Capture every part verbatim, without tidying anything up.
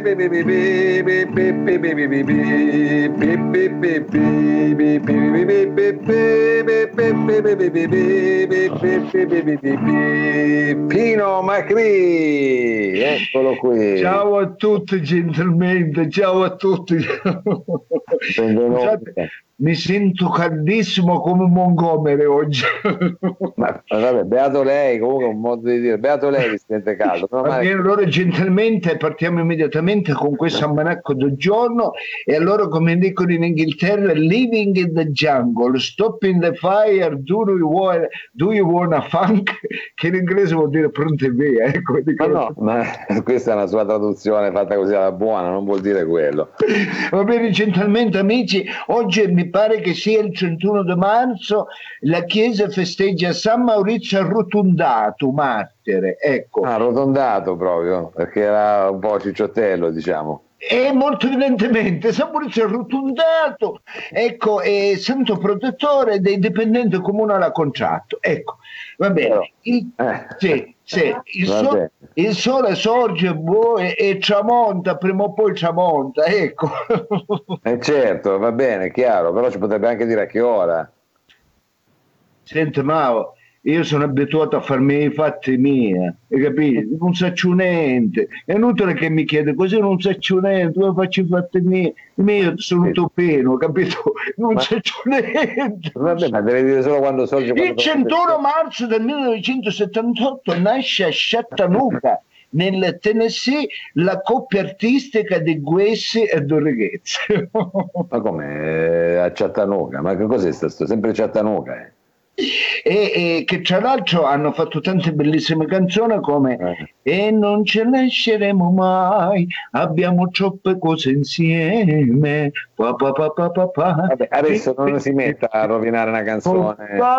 Pino Macri, eccolo qui. Ciao a tutti gentilmente, ciao a tutti. Scusate, mi sento caldissimo come un Montgomery oggi. Ma, ma vabbè, beato lei, comunque un modo di dire, beato lei che si sente caldo. Va male... bene, allora gentilmente partiamo immediatamente con questo almanacco del giorno, e allora, come dicono in Inghilterra, living in the jungle, stopping the fire, do you want, do you want a funk, che in inglese vuol dire pronto e via. Ecco, ma no, ma questa è una sua traduzione fatta così alla buona, non vuol dire quello. Va bene, gentilmente amici, oggi mi pare che sia il trentuno di marzo, la chiesa festeggia San Maurizio Arrotondato, martire, ecco. Ah, arrotondato proprio, perché era un po' cicciottello, diciamo. E molto evidentemente San Maurizio Arrotondato, ecco, è santo protettore dei dipendenti comunali a contratto, ecco, va bene. Il, eh. sì, sì, il, sole, il sole sorge boh, e, e tramonta, prima o poi tramonta, ecco. Eh certo, va bene, chiaro, però ci potrebbe anche dire a che ora. Senti Mao, io sono abituato a farmi i fatti miei, hai capito? Non saccio niente, è inutile che mi chiede così, non saccio niente, dove faccio i fatti miei? Io sono un topino, capito? Non ma... saccio niente. Vabbè, ma deve dire solo quando sorge. Il trentuno marzo del millenovecentosettantotto nasce a Chattanooga, nel Tennessee, la coppia artistica di Guessi e Dorrighezzi. Ma come a Chattanooga? Ma che cos'è questo? Sempre Chattanooga, eh? E, e che tra l'altro hanno fatto tante bellissime canzoni come eh. E non ce ne lasceremo mai, abbiamo troppe cose insieme, pa, pa, pa, pa, pa, pa. Vabbè, adesso non si metta a rovinare una canzone.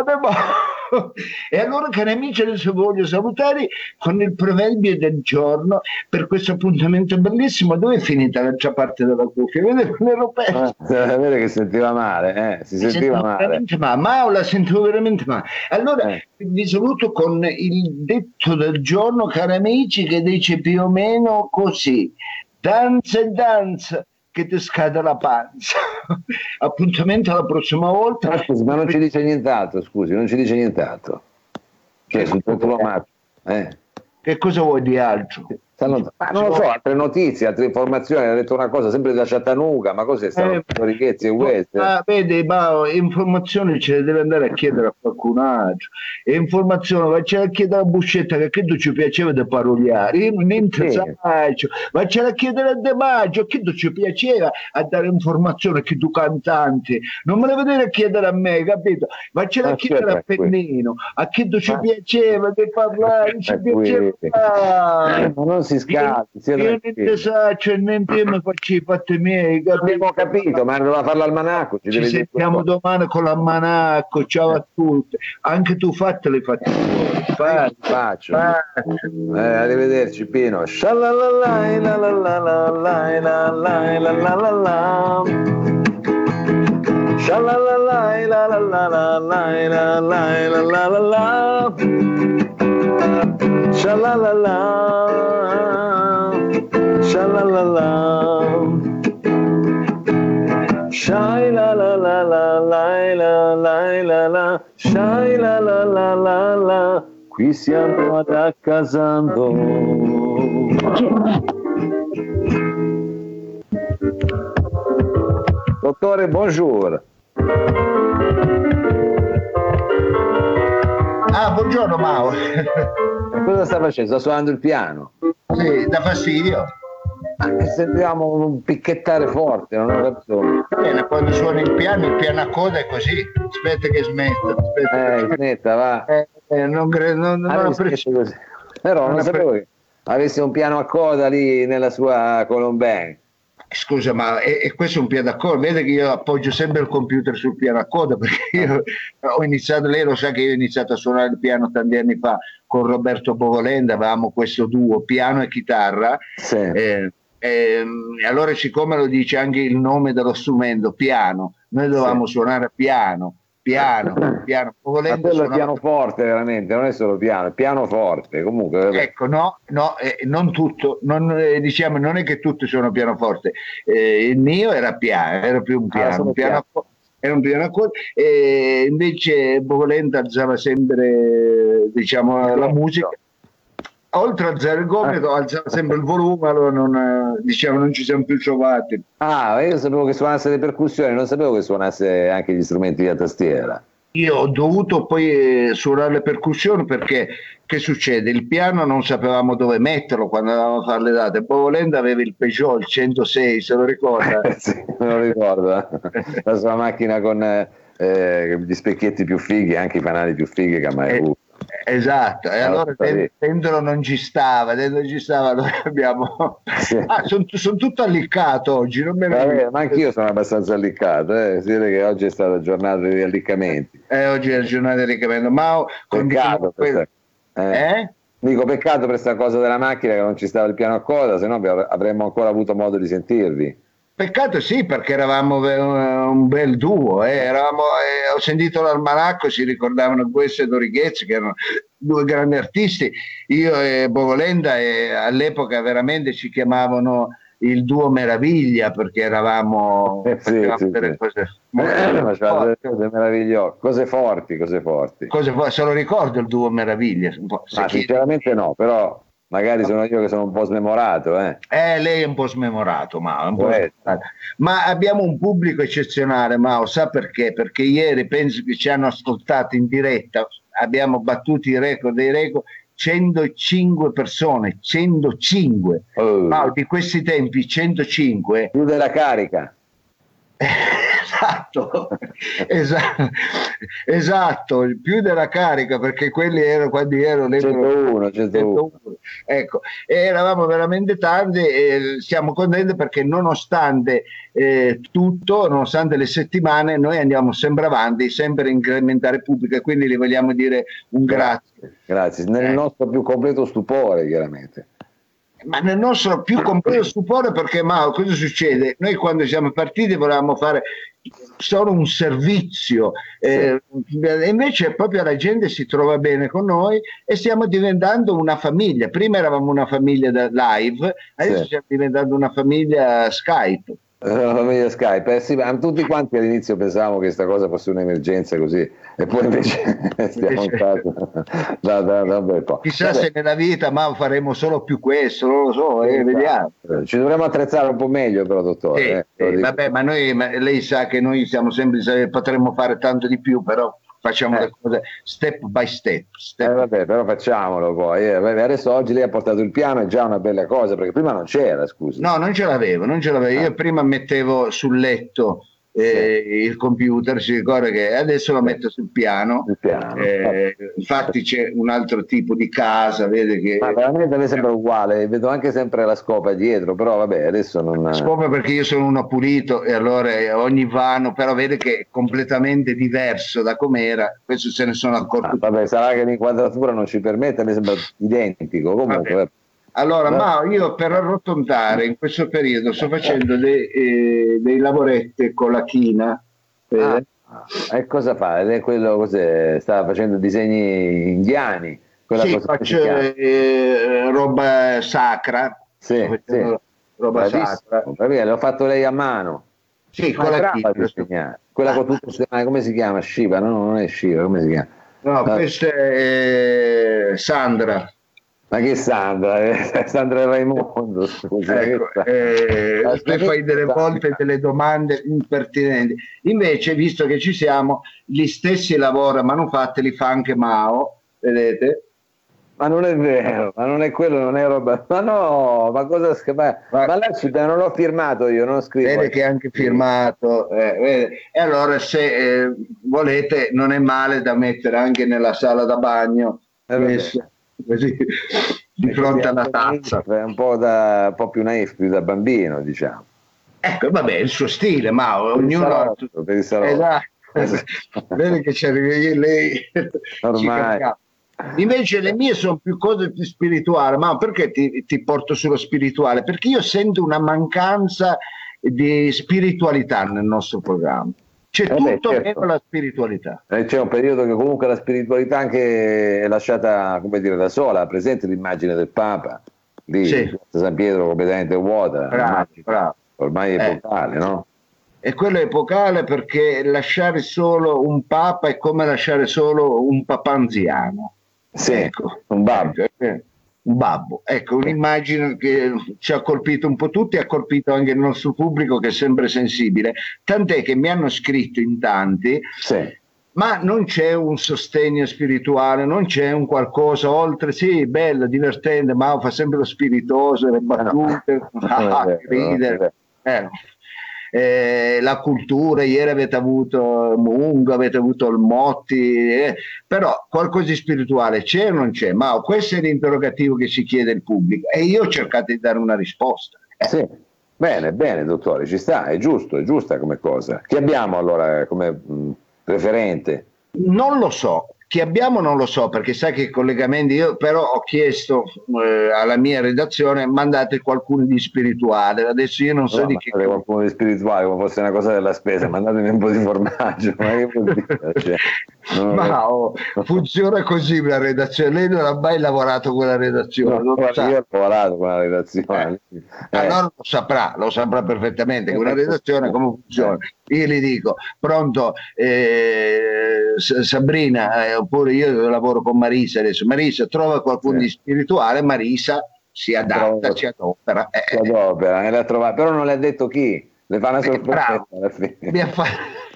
E allora, cari amici, adesso voglio salutare con il proverbio del giorno per questo appuntamento bellissimo. Dove è finita l'altra parte della cuffia? Vedete, non ero perso. Ah, vede che sentiva male, eh? si sentiva sentivo male. Ma, ma la sentivo veramente male. Allora eh. vi saluto con il detto del giorno, cari amici, che dice più o meno così: danza e danza che ti scade la panza. Appuntamento alla prossima volta. Ma scusi, ma non ci dice nient'altro, scusi, non ci dice nient'altro. Che sul trentuno marzo, eh? Che cosa vuoi di altro? Ma non lo so, altre notizie, altre informazioni, ha detto una cosa sempre da Chattanooga, ma cos'è stato? Eh, Righezzi e West? Ma vedi, ma informazioni ce le deve andare a chiedere a qualcun altro. E informazioni, vaccela a chiedere a Buscetta, che credo ci piaceva di paroliare. Io niente sì. Saggio. Vaccela a chiedere a De Maggio, che ci piaceva a dare informazioni, che tu cantanti. Non me le vedere a chiedere a me, capito? Vaccela a chiedere a Pennino, a chi ci ah. piaceva di parlare, ci piaceva. Ah. Ma non si scaldi, io niente saccio, niente io mi faccio i fatti miei, capito? Abbiamo capito, ma doveva fare l'almanacco. Ci, ci sentiamo domani con l'almanacco, ciao a tutti. Anche tu fateli fatti fuori. Fatti, faccio. Eh, arrivederci Pino. Shalalala, la la la la la la la la la la la. Shalalala, la la la la la la la la la la. Shalalala, shalalala, shai la la la la la la la la la, shai la la la la la, qui siamo ad accasando. Dottore, bonjour. Ah, buongiorno Mao. Cosa sta facendo? Sta suonando il piano? Sì, da fastidio. Ah, sentiamo un picchettare forte, non ho capito. Bene, quando suoni il piano, il piano a coda è così. Aspetta che smetta. Aspetta eh, che... smetta, va. Eh, eh, non credo, non, non ah, così. Però non, non sapevo pre... che avessi un piano a coda lì nella sua Colombin. Scusa, ma è, è questo un piano a coda? Vede che io appoggio sempre il computer sul piano a coda, perché io ho iniziato, lei lo sa che io ho iniziato a suonare il piano tanti anni fa con Roberto Bovolenda, avevamo questo duo, piano e chitarra. Sì. Eh, eh, allora, siccome lo dice anche il nome dello strumento, piano, noi dovevamo sì. suonare piano. piano, piano. Ma Volendo quello è suonava- pianoforte veramente, non è solo piano, è pianoforte. Comunque, vabbè. Ecco, no, no, eh, non tutto, non, eh, diciamo, non è che tutti sono pianoforte. Eh, il mio era piano, era più un Ah, piano, sono un piano piano. a co- era un piano a corda, e invece Bovolenta alzava sempre, diciamo, la musica. Oltre a alzare il gomito, alzava sempre il volume, allora non, eh, diciamo, non ci siamo più trovati. Ah, io sapevo che suonasse le percussioni, non sapevo che suonasse anche gli strumenti a tastiera. Io ho dovuto poi eh, suonare le percussioni perché che succede? Il piano non sapevamo dove metterlo quando andavamo a fare le date. Poi volendo aveva il Peugeot, il centosei, se lo ricorda? Sì, me lo ricordo, eh. La sua macchina con eh, eh, gli specchietti più fighi, anche i fanali più fighi che ha mai Eh, avuto. esatto, e Eh, allora tutta lì. dentro, dentro non ci stava, dentro non ci stava, allora abbiamo... Sì. Ah, sono tutto alliccato oggi, non me ne Vabbè, ma anch'io sono abbastanza alliccato, eh. Si vede che oggi è stata giornata di alliccamenti. Eh, oggi è la giornata di ricamento, ma Peccato per sta- eh. eh? Dico peccato per questa cosa della macchina che non ci stava il piano a coda, se no abbiamo- avremmo ancora avuto modo di sentirvi. Peccato sì, perché eravamo eh, un bel duo, eh. Eravamo, eh, ho sentito l'almanacco, si ricordavano Guesso e Dorighezzi, che erano due grandi artisti, io e Bovolenda, e all'epoca veramente ci chiamavano il duo Meraviglia, perché eravamo, Eh, sì, facevamo sì, delle sì. cose Eh, molto faceva delle forti. cose meravigliose, cose forti, cose forti. Cose forti. Se lo ricordo il duo Meraviglia, un po', se Ma chiedi- sinceramente no, però magari sono io che sono un po' smemorato, eh. Eh, lei è un po' smemorato, ma, un po' Può essere. smemorato. Ma abbiamo un pubblico eccezionale, Mao, sa perché? Perché ieri penso che ci hanno ascoltato in diretta, abbiamo battuto i record dei record, centocinque persone, centocinque. Oh. Mao, di questi tempi centocinque. Più della carica. Esatto, esatto, esatto, più della carica perché quelli erano quando ero centouno, centouno. Ecco, e eravamo veramente tanti e siamo contenti perché nonostante eh, tutto, nonostante le settimane, noi andiamo sempre avanti, sempre a incrementare il pubblico e quindi gli vogliamo dire un grazie. Grazie, nel Eh. nostro più completo stupore, chiaramente. Ma nel nostro più completo stupore, perché Mao, cosa succede? Noi quando siamo partiti volevamo fare solo un servizio, eh, e invece proprio la gente si trova bene con noi e stiamo diventando una famiglia. Prima eravamo una famiglia da live, adesso Sì. stiamo diventando una famiglia Skype. La famiglia Skype, eh, sì, ma tutti quanti all'inizio pensavamo che questa cosa fosse un'emergenza così, e poi invece stiamo in casa da, da, da un bel po'. Chissà Vabbè. se nella vita ma faremo solo più questo, non lo so, eh, vediamo. Ci dovremmo attrezzare un po' meglio però, dottore. Sì, eh, sì, lo dico. vabbè, ma noi, ma lei sa che noi siamo sempre, se potremmo fare tanto di più, però facciamo Eh. le cose step by step. step. Eh, vabbè, però facciamolo poi. eh. Vabbè, adesso oggi lei ha portato il piano, è già una bella cosa, perché prima non c'era, scusi. No, non ce l'avevo, non ce l'avevo. Ah. Io prima mettevo sul letto eh, il computer, si ricorda che adesso lo metto sul piano. Il piano. Eh, infatti c'è un altro tipo di casa, vede che... Ma veramente mi sembra uguale, vedo anche sempre la scopa dietro, però vabbè, adesso non... Scopre perché io sono uno pulito e allora eh, ogni vano, però vede che è completamente diverso da com'era, questo se ne sono accorto. Ah, vabbè, sarà che l'inquadratura non ci permette, mi sembra identico, comunque... Vabbè. Allora, ma io per arrotondare in questo periodo sto facendo dei, eh, dei lavoretti con la china. Ah, eh. e cosa fa? È quello cos'è? Sta facendo disegni indiani? Quella Sì, cosa che si faccio chiama? eh, roba sacra. Sì, Sto facendo roba Bravissimo. sacra. Perché l'ho fatto lei a mano. Sì, Ma con è la brava a china. disegnare. Quella con tutto il- ma come si chiama? Shiva? No, non è Shiva, come si chiama? No, Ah, questa è Sandra. ma che Sandra? Eh, Sandra e Raimondo, scusa. Ecco, che sta- eh, Ma te fai delle Sandra. volte delle domande impertinenti. Invece, visto che ci siamo, gli stessi lavori manufatti li fa anche Mao, vedete? Ma non è vero, ma non è quello, non è roba. Ma no, ma cosa sch- ma, Ma- ma là ci- non l'ho firmato io, non scrivo. Vede che è anche firmato. eh, vede. E allora, se eh, volete, non è male da mettere anche nella sala da bagno, Eh, vabbè. messo così, di fronte alla tazza. È un po', da, un po' più naif, più da bambino, diciamo. Ecco, vabbè, il suo stile, ma Per il ognuno... salotto, per il salotto. Esatto. Vede che c'è lei ci Ormai. capiamo. Invece le mie sono più cose più spirituali, ma perché ti, ti porto sullo spirituale? Perché io sento una mancanza di spiritualità nel nostro programma. C'è Eh beh, tutto certo. meno la spiritualità. Eh, C'è un periodo che comunque la spiritualità anche è lasciata, come dire, da sola, presente l'immagine del Papa, lì, Sì, in San Pietro completamente vuota, bravo, ormai, bravo. ormai è Eh. epocale, no? E quello è epocale perché lasciare solo un papa è come lasciare solo un papà anziano. Sì, Ecco, un babbo. ecco, eh, un babbo. Ecco, un'immagine che ci ha colpito un po' tutti, ha colpito anche il nostro pubblico che è sempre sensibile. Tant'è che mi hanno scritto in tanti, Sì. ma non c'è un sostegno spirituale, non c'è un qualcosa oltre, sì, bello, divertente, ma fa sempre lo spiritoso, le battute, Non è vero, non è ridere. vero. Eh, eh, la cultura, ieri avete avuto Mungo, avete avuto il Motti, eh, però qualcosa di spirituale c'è o non c'è? Ma questo è l'interrogativo che si chiede il pubblico e io ho cercato di dare una risposta. Eh. Sì. Bene, bene, dottore, ci sta, è giusto, è giusta come cosa. Chi abbiamo allora come mh, referente? Non lo so, chi abbiamo non lo so perché sai che i collegamenti, io però ho chiesto eh, alla mia redazione mandate qualcuno di spirituale, adesso io non so No, di che mandate qualcuno di spirituale come fosse una cosa della spesa, mandatemi un po' di formaggio, ma che vuol dire? Cioè, non- ma oh, funziona così la redazione, lei non ha mai lavorato con la redazione, no, non lo guarda, sa. io ho lavorato con la redazione. Eh. Eh. Allora lo saprà, lo saprà perfettamente Eh, con una redazione come funziona. Io gli dico, pronto, eh, Sabrina, eh, oppure io lavoro con Marisa adesso, Marisa trova qualcuno Sì. di spirituale, Marisa si adatta, Trovo- si adopera. Eh, si adopera, e l'ha trovata, però non le ha detto chi, le fa una eh, sorpresa bravo, alla fine. mi ha, fa-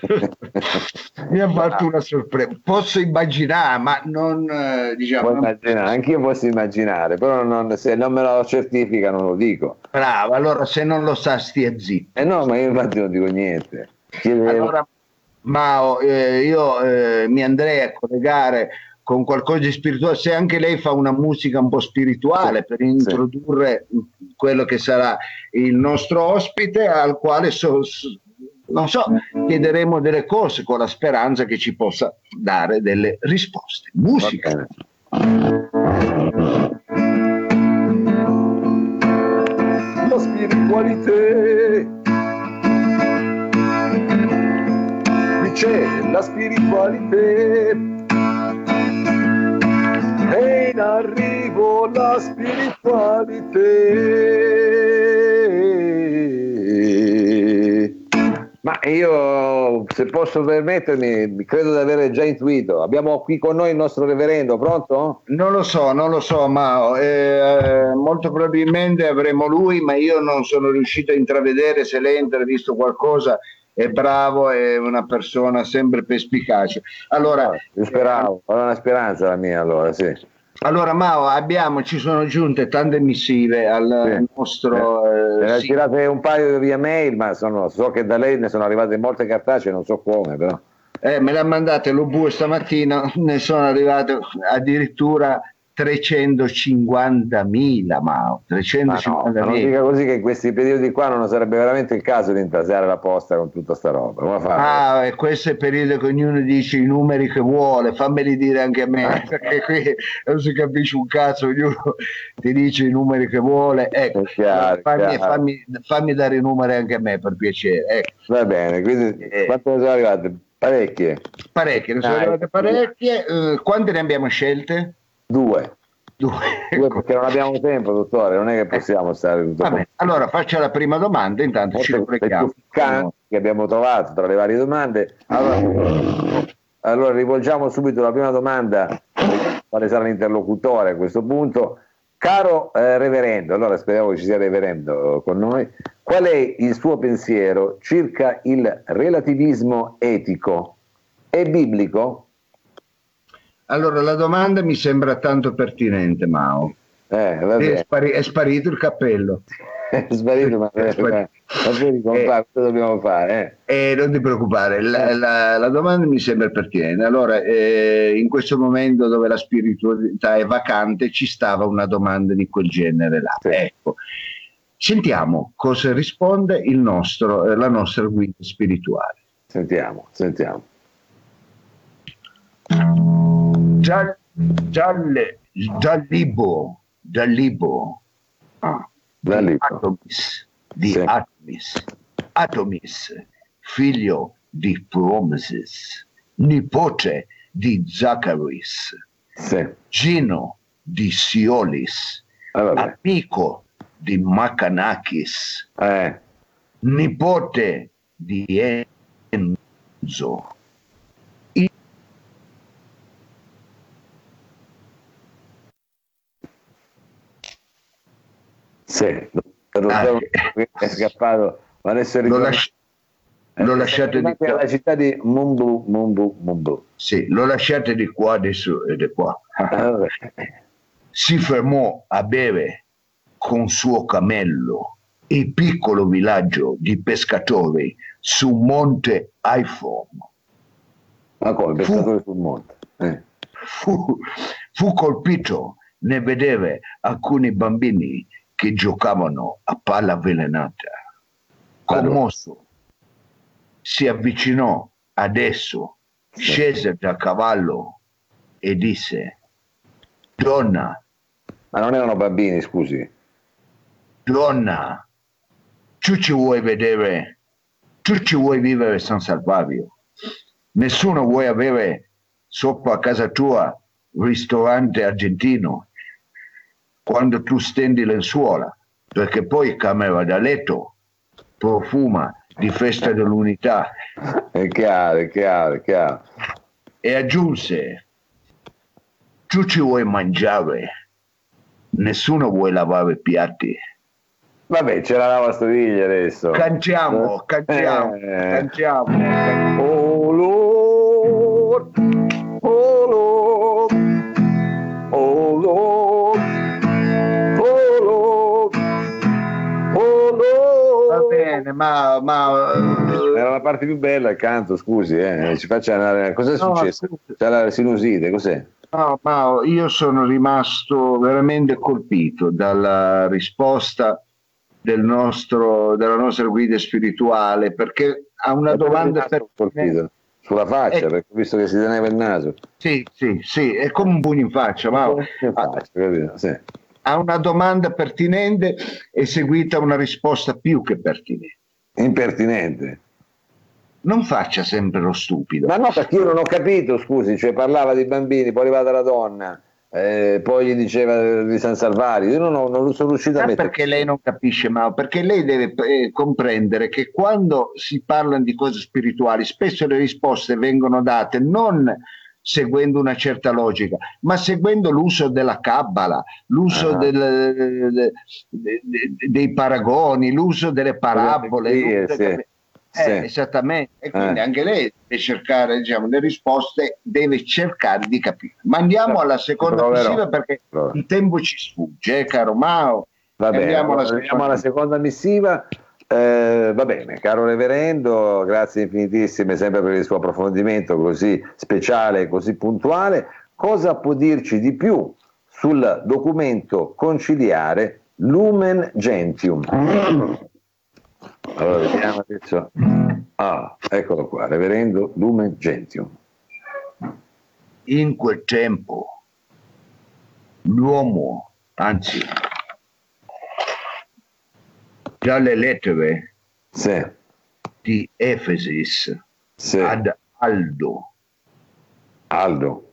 mi ha fatto una sorpresa. Posso immaginare, ma non, eh, diciamo, Puoi non- immaginare, anch'io posso immaginare, però non- se non me lo certifica non lo dico. bravo, allora se non lo sa stia zitto. Eh no, ma io infatti non dico niente. Chiedevo, Allora, Mao, eh, io eh, mi andrei a collegare con qualcosa di spirituale, se anche lei fa una musica un po' spirituale per sì. introdurre quello che sarà il nostro ospite, al quale so- so- non so, chiederemo delle cose con la speranza che ci possa dare delle risposte. Va Musica. bene. La spiritualità, qui c'è la spiritualità, è in arrivo la spiritualità. Ma io, se posso permettermi, credo di aver già intuito. Abbiamo qui con noi il nostro reverendo, pronto? Non lo so, non lo so, ma eh, molto probabilmente avremo lui, ma io non sono riuscito a intravedere se lei ha intravisto qualcosa. È bravo, è una persona sempre perspicace. Allora, No, io speravo, era una speranza la mia allora, sì. allora Mao, abbiamo, ci sono giunte tante missive al Sì. nostro Me ne eh, ha sito. girate un paio via mail, ma sono- so che da lei ne sono arrivate molte cartacee, non so come, però. Eh, me le ha mandate lo bue stamattina, ne sono arrivate addirittura trecentocinquantamila, Mao, Ma no, ma non trecentocinquantamila. dica così che in questi periodi qua non sarebbe veramente il caso di intasare la posta con tutta sta roba. Come fa? Ah, e questo è il periodo che ognuno dice i numeri che vuole, fammeli dire anche a me, perché qui non si capisce un cazzo, ognuno ti dice i numeri che vuole. Ecco, È chiaro, fammi, è chiaro. fammi- fammi dare i numeri anche a me per piacere. Ecco. Va bene, quindi Eh. quante ne sono arrivate? Parecchie. Parecchie, ne sono Dai, arrivate parecchie. Eh, quante ne abbiamo scelte? Due. Due. Due Ecco. perché non abbiamo tempo, dottore, non è che possiamo stare tutto Va bene, allora faccio la prima domanda, intanto ci Forse le più colleghiamo. piccanti che abbiamo trovato tra le varie domande. Allora, allora rivolgiamo subito la prima domanda, quale sarà l'interlocutore a questo punto. Caro eh, reverendo, allora speriamo che ci sia il reverendo con noi, qual è il suo pensiero circa il relativismo etico? È biblico? Allora, la domanda mi sembra tanto pertinente, Mao. Eh, va È, bene. spari- è sparito il cappello. È sparito, ma È sparito. ma vedi come Eh. fa? Cosa dobbiamo fare? Eh? Eh, non ti preoccupare, la, la- la domanda mi sembra pertinente. Allora, eh, in questo momento dove la spiritualità è vacante, ci stava una domanda di quel genere là. Sì. Ecco, sentiamo cosa risponde il nostro, eh, la nostra guida spirituale. Sentiamo, sentiamo. Già, gialle, Giallibo, Giallibo, ah, Giallibo. di Atomis, di Sì. Atomis, Atomis, figlio di Promises, nipote di Zacharis, sì. Gino di Siolis, Ah, amico di Macanakis, eh. nipote di Enzo. Sì, lo è scappato, ma adesso lo, lasci- lo eh, lasciate di qua. alla città di Mumbu, Mumbu, Mumbu. Sì, lo lasciate di qua adesso e di qua. Ah, Si fermò a bere con suo cammello il piccolo villaggio di pescatori su Monte Aifon. ma come, pescatori sul monte? Eh. Fu, fu colpito nel vedere alcuni bambini che giocavano a palla avvelenata. Commosso, si avvicinò ad esso, scese dal cavallo e disse: donna, Ma non erano bambini, scusi. donna, tu ci vuoi vedere, tu ci vuoi vivere San Salvario, nessuno vuoi avere sopra a casa tua ristorante argentino quando tu stendi lenzuola, perché poi camera da letto profuma di festa dell'unità. È chiaro, è chiaro, è chiaro. E aggiunse: tu ci vuoi mangiare, nessuno vuoi lavare i piatti. Vabbè, c'è la lavastoviglie adesso. Cantiamo, cantiamo, Eh. cantiamo. Oh Lord, oh Lord, oh Lord, oh Lord, oh Lord. Va bene, ma... ma Era la parte più bella il canto, scusi, eh. Ci faccia andare. Cos'è No, successo? scusi. C'è la sinusite, cos'è? No, Mao, io sono rimasto veramente colpito dalla risposta del nostro, della nostra guida spirituale, perché ha una E domanda per colpito sulla faccia, Eh. perché ho visto che si teneva il naso. Sì, sì, sì, è come un pugno in faccia, Mao. In faccia, capito? Sì. Ha una domanda pertinente e seguita una risposta più che pertinente. Impertinente. Non faccia sempre lo stupido. Ma no, perché io non ho capito, scusi, cioè parlava di bambini, poi arrivava la donna, eh, poi gli diceva di San Salvario, io non, ho, non sono riuscito a Sa mettere. perché lei non capisce, Mao? Perché lei deve eh, comprendere che quando si parla di cose spirituali, spesso le risposte vengono date non seguendo una certa logica, ma seguendo l'uso della Kabbala, l'uso Ah. del, de, de, de, dei paragoni, l'uso delle parabole. Sì, l'uso sì, delle... sì. Eh, esattamente, e quindi Eh. anche lei deve cercare, diciamo, le risposte, deve cercare di capire. Ma andiamo alla seconda Proverò. missiva perché Proverò. il tempo ci sfugge, eh, caro Mao. Va bene, Andiamo alla allora, seconda. andiamo alla seconda missiva. Eh, va bene, caro reverendo, grazie infinitissime sempre per il suo approfondimento così speciale e così puntuale. Cosa può dirci di più sul documento conciliare Lumen Gentium? Allora vediamo adesso. Ah, eccolo qua, reverendo Lumen Gentium. In quel tempo l'uomo, anzi, dalle lettere Sì, di Efesis sì. ad Aldo. Aldo.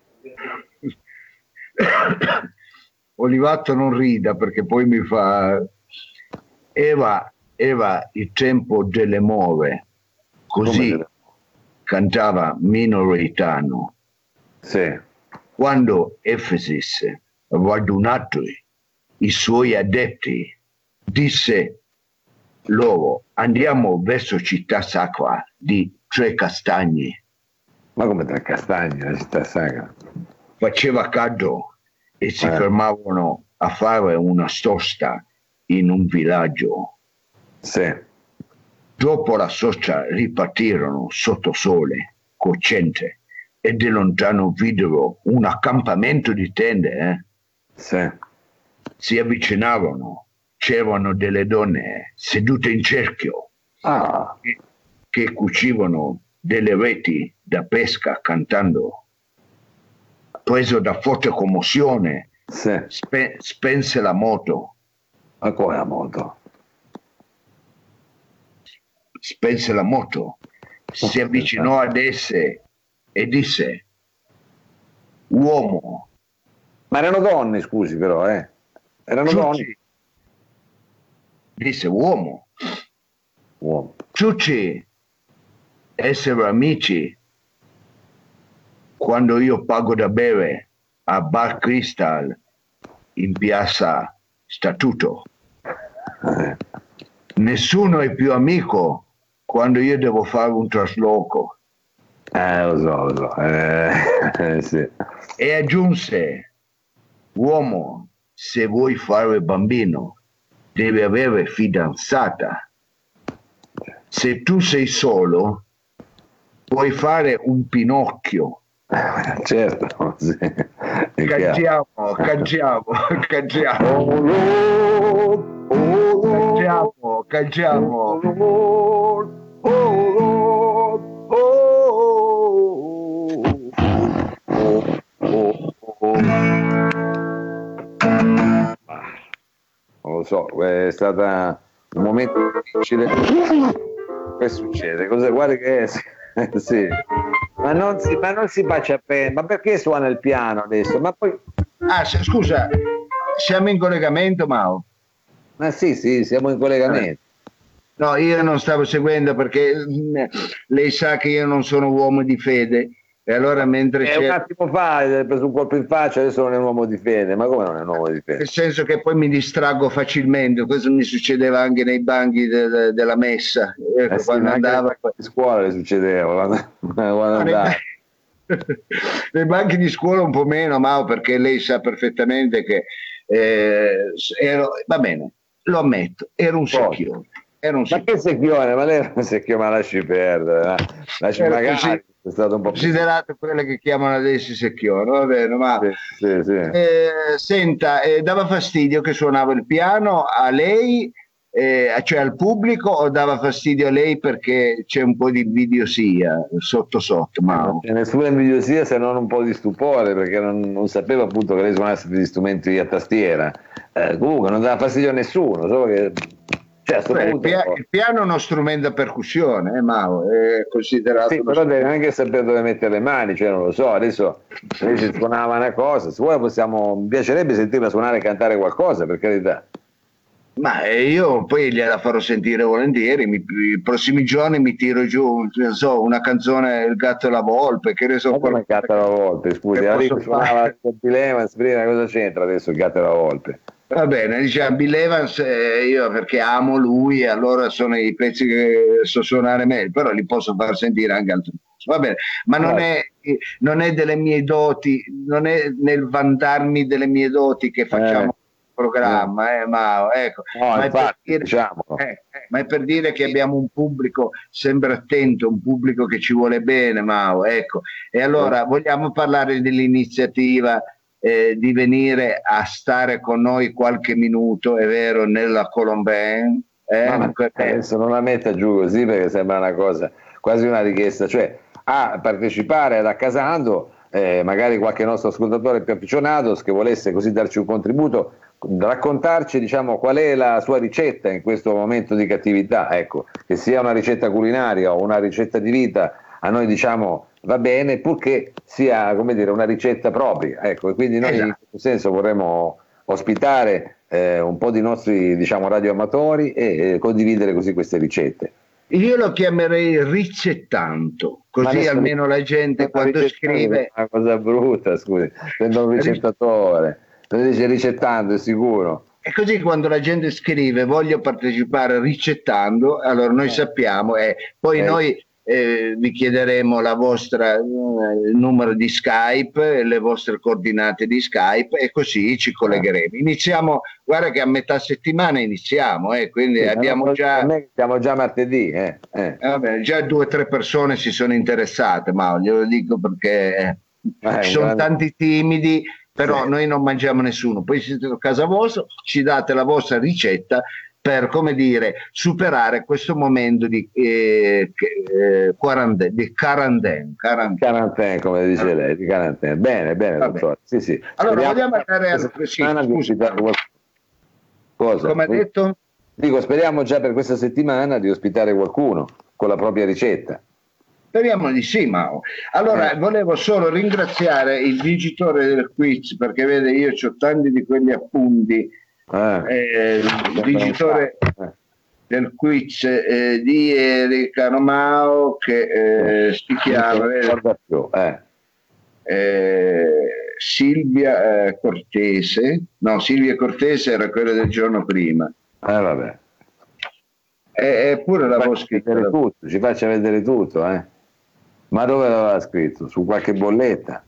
Olivato non rida perché poi mi fa... Era, era il tempo delle more, così Come? cantava Mino Reitano. Sì. Quando Efesis, radunato i suoi adepti, disse loro: andiamo verso città sacra di Tre Castagni. Ma come Tre Castagni, la città sacra? Faceva caldo e si Eh. fermavano a fare una sosta in un villaggio. Sì. Dopo la sosta ripartirono sotto sole cocente e di lontano videro un accampamento di tende. Eh? Sì. Si avvicinarono, c'erano delle donne sedute in cerchio Ah, che, che cucivano delle reti da pesca cantando. Preso da forte commozione, sì. spe- spense la moto, Ma come la moto? spense la moto si avvicinò ad esse e disse: uomo. Ma erano donne, scusi, però, eh. Erano Ciucci. donne. Disse: uomo. Uomo. Ciucci, essere amici. Quando io pago da bere a Bar Cristal in piazza Statuto, Eh. nessuno è più amico quando io devo fare un trasloco. Eh, lo so, lo so. Eh, sì. E aggiunse: uomo, se vuoi fare bambino, devi avere fidanzata. Se tu sei solo, puoi fare un Pinocchio. Certo, sì. È Cantiamo, cantiamo, cantiamo. Oh Lord, oh Cantiamo, cantiamo. Oh Lord, oh Lord, oh, oh, oh, oh. Non lo so, è stata un momento difficile. Che succede? Cosa guarda che è? Sì. Ma non si, ma non si bacia bene, ma perché suona il piano adesso? Ma poi. Ah, se- scusa, siamo in collegamento, Mao? Ma sì, sì, siamo in collegamento. No, io non stavo seguendo perché mm, lei sa che io non sono uomo di fede. E allora mentre Eh, un c'è, attimo fa hai preso un colpo in faccia, adesso non è un uomo di fede, ma come non è un uomo di fede? nel senso che poi mi distraggo facilmente, questo mi succedeva anche nei banchi de- de- della messa, ecco, Eh sì, quando ma anche andava. a scuola le succedeva, quando, quando No, nei, andava. nei banchi di scuola un po' meno, Mao, perché lei sa perfettamente che eh, ero, va bene, lo ammetto, ero un Cosa? secchione. Era un Ma che secchione, ma lei era un secchione, ma lasci perdere, ma lasci Era magari, così è stato un po' più. considerato quelle che chiamano adesso i secchioni, va bene, ma Sì, sì, sì. eh, senta, eh, dava fastidio che suonava il piano a lei, eh, cioè al pubblico, o dava fastidio a lei perché c'è un po' di invidiosia sotto sotto, Eh, non Mao? c'è nessuna invidiosia se non un po' di stupore, perché non, non sapevo appunto che lei suonasse degli strumenti a tastiera. Eh, comunque non dava fastidio a nessuno, solo che cioè, a sto Beh, il, punto. pia- il piano è uno strumento a percussione, eh, Mao, è considerato Sì, uno però devi strumento. anche sapere dove mettere le mani, cioè non lo so, adesso lei si suonava una cosa, se vuoi possiamo, mi piacerebbe sentirla suonare e cantare qualcosa, per carità. Ma eh, io poi gliela farò sentire volentieri, mi- i prossimi giorni mi tiro giù, non so, una canzone Il gatto e la volpe, che ne so, Ma come il qualcosa gatto che, alla volpe, scusi, che la posso Rico suonava fare. con Bill Evans prima, cosa c'entra adesso il gatto alla volpe? Va bene, diciamo Bill Evans, eh, io perché amo lui, e allora sono i pezzi che so suonare meglio, però li posso far sentire anche altri. Va bene, ma non Allora, è, non è delle mie doti, non è nel vantarmi delle mie doti che eh, facciamo il programma, eh, ma, ecco, no, ma è per infatti, dire, diciamolo. eh, eh, ma è per dire che abbiamo un pubblico sempre attento, un pubblico che ci vuole bene, Mao, ecco. E allora vogliamo parlare dell'iniziativa eh, di venire a stare con noi qualche minuto, è vero, nella Colombin, No, eh? ma Perché- adesso non la metta giù così perché sembra una cosa, quasi una richiesta, cioè a partecipare ad Accasando, eh, magari qualche nostro ascoltatore più afficionato che volesse così darci un contributo, raccontarci diciamo qual è la sua ricetta in questo momento di cattività, ecco, che sia una ricetta culinaria o una ricetta di vita, a noi diciamo va bene, purché sia come dire una ricetta propria, ecco, e quindi noi in Esatto. questo senso vorremmo ospitare eh, un po' di nostri diciamo radioamatori e eh, condividere così queste ricette. Io lo chiamerei ricettando, Ma così adesso almeno la gente quando ricettando è scrive, una cosa brutta, scusi, sembra un ri- ricettatore, lo dice ricettando, è sicuro. e così quando la gente scrive voglio partecipare ricettando, allora noi sappiamo e poi Eh, noi eh, vi chiederemo la vostra eh, il numero di Skype, le vostre coordinate di Skype e così ci collegheremo. Iniziamo, guarda che a metà settimana iniziamo, eh, quindi sì, ma non abbiamo lo dica a già, me che siamo già martedì, eh, eh. eh, vabbè, già due o tre persone si sono interessate, ma glielo dico perché eh, Ah, è ci un sono grande. tanti timidi, però Sì. noi non mangiamo nessuno. Poi siete a casa vostra, ci date la vostra ricetta per, come dire, superare questo momento di eh, che- eh, quarantena, di quarantena. quarantena. Quarantena, come dice lei, di quarantena. Bene, bene, Va bene. dottore. Sì, sì. Allora, Speriamo vogliamo andare questa al... Sì, settimana di scusi, ospitare qualcuno. Cosa? come ha detto? Dico, speriamo già per questa settimana di ospitare qualcuno con la propria ricetta. Speriamo di sì, Mao. Allora, eh. volevo solo ringraziare il vincitore del quiz, perché vede, io ho tanti di quegli appunti. Eh. Eh, il vincitore eh. del quiz eh, di ieri, caro Mao, che eh, si chiama eh, eh, Silvia eh, Cortese. No, Silvia Cortese era quella del giorno prima. Eh, vabbè. Eppure l'avevo scritto. Tutto, ci faccia vedere tutto, eh. Ma dove l'aveva scritto? Su qualche bolletta?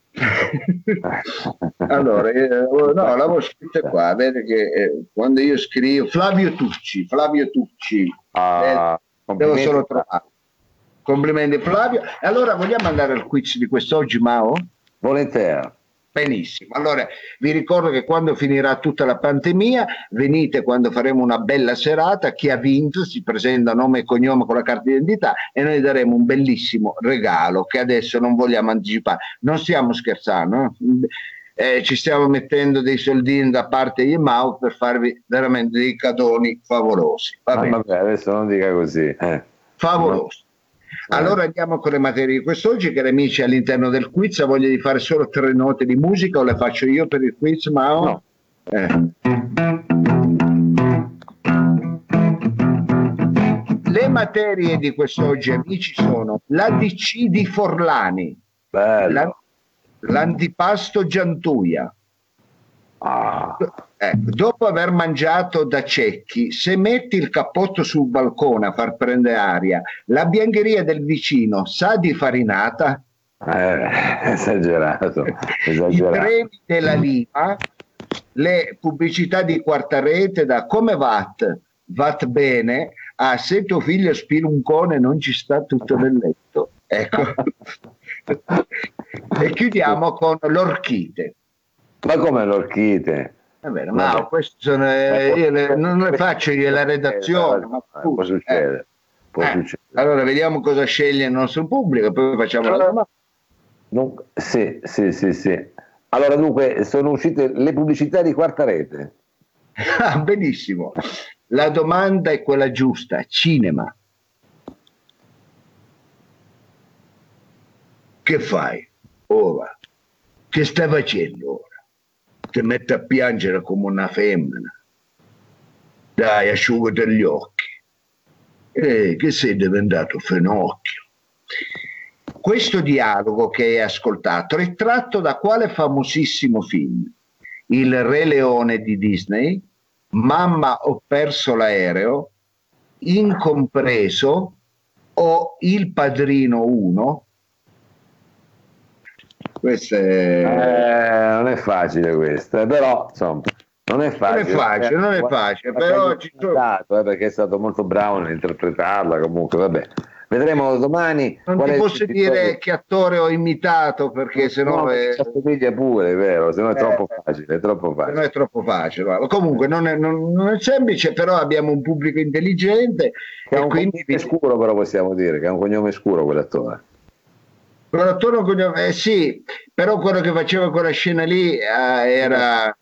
Allora, eh, no, l'avevo scritto qua, vede che eh, quando io scrivo Flavio Tucci, Flavio Tucci, ah, eh, devo solo trovare. Complimenti Flavio. E allora vogliamo andare al quiz di quest'oggi, Mao? Volentieri. Benissimo, allora vi ricordo che quando finirà tutta la pandemia venite quando faremo una bella serata, chi ha vinto si presenta nome e cognome con la carta d'identità e noi daremo un bellissimo regalo che adesso non vogliamo anticipare, non stiamo scherzando, eh? Eh, ci stiamo mettendo dei soldini da parte di Mao per farvi veramente dei cadoni favolosi. Va bene? Ah, vabbè, adesso non dica così. Eh. Favolosi. Allora andiamo con le materie di quest'oggi, cari amici. All'interno del quiz ha voglia di fare solo tre note di musica o le faccio io per il quiz, Mao? No. Eh. Le materie di quest'oggi, amici, sono l'A D C di Forlani, la, l'antipasto Giantuia. Ah. Ecco, dopo aver mangiato da Cecchi, se metti il cappotto sul balcone a far prendere aria, la biancheria del vicino sa di farinata? Eh, esagerato, esagerato. I treni della Lima, le pubblicità di quarta rete da come vat, vat bene, a se tuo figlio spiluncone non ci sta tutto nel letto. Ecco. E chiudiamo con l'orchite. Ma come l'orchite? È vero, ma no, questo sono, eh, io le, non le faccio io la redazione. Ma può succedere. Eh. Può Eh. succedere. Allora vediamo cosa sceglie il nostro pubblico, poi facciamo la domanda. Dunque, sì, sì, sì, sì. Allora dunque sono uscite le pubblicità di quarta rete. Ah, benissimo. La domanda è quella giusta, cinema. Che fai ora? Che stai facendo ora? Ti metti a piangere come una femmina. Dai, asciugati gli occhi. Eh, che sei diventato Fenocchio. Questo dialogo che hai ascoltato è tratto da quale famosissimo film? Il Re Leone di Disney, Mamma ho perso l'aereo, Incompreso o Il Padrino uno? Questo è... Eh, non è facile questa, però insomma non è facile. Non è facile, non è facile, però ci sono... eh, perché è stato molto bravo nell'interpretarla, comunque vabbè. Vedremo domani. Non ti posso dire che attore ho imitato perché sennò no, è... assomiglia pure, è vero, sennò è eh, troppo facile, è troppo facile. Non è troppo facile. Comunque non è, non, non è semplice, però abbiamo un pubblico intelligente che e ha un quindi cognome scuro, però possiamo dire che ha un cognome scuro quell'attore. Quell'attore cognome, eh, sì, però quello che faceva quella scena lì eh, era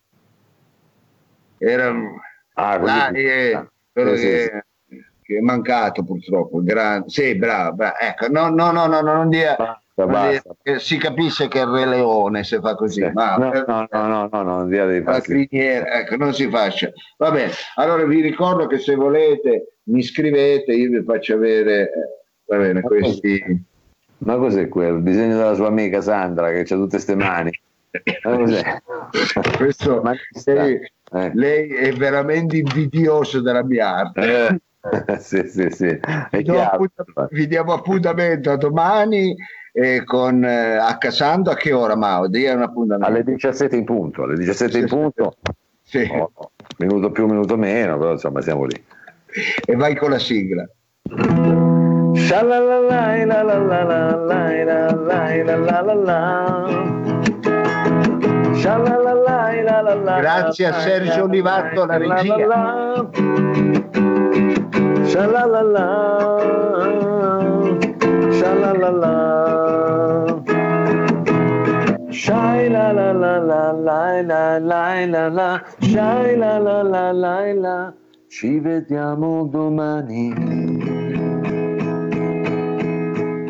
era ah, là, eh, quello sì, che, sì. che è mancato purtroppo, grande. Sì, bravo, bravo. Ecco, no, no, no, no, non dia, basta, non basta. Dia, si capisce che è il Re Leone se fa così, sì. ma no, no, no, no, no, non dia dei la criniera, ecco, non si faccia. Va bene, allora vi ricordo che se volete mi scrivete, io vi faccio avere eh, va bene, ma questi cos'è? Ma cos'è quello? Il disegno della sua amica Sandra che c'ha tutte queste mani. Cos'è? Questo, lei, eh. lei è veramente invidioso della mia arte. Eh. sì, sì, sì. Vi, do appunt- vi diamo appuntamento a domani eh, con eh, a Cassandra. A che ora, Mao? Dia un appuntamento. Alle diciassette in punto. Alle diciassette in punto. Sì. Oh, minuto più, minuto meno, però insomma siamo lì. E vai con la sigla. Grazie a Sergio Olivatto la regia. Shai la la la la la la la la la, shai la la la la la. Ci vediamo domani.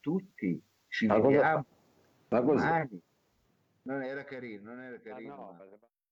tutti, ci Ma cosa vediamo fa? Ma così? domani. Non era carino, non era Ma carino. no, ma- perché-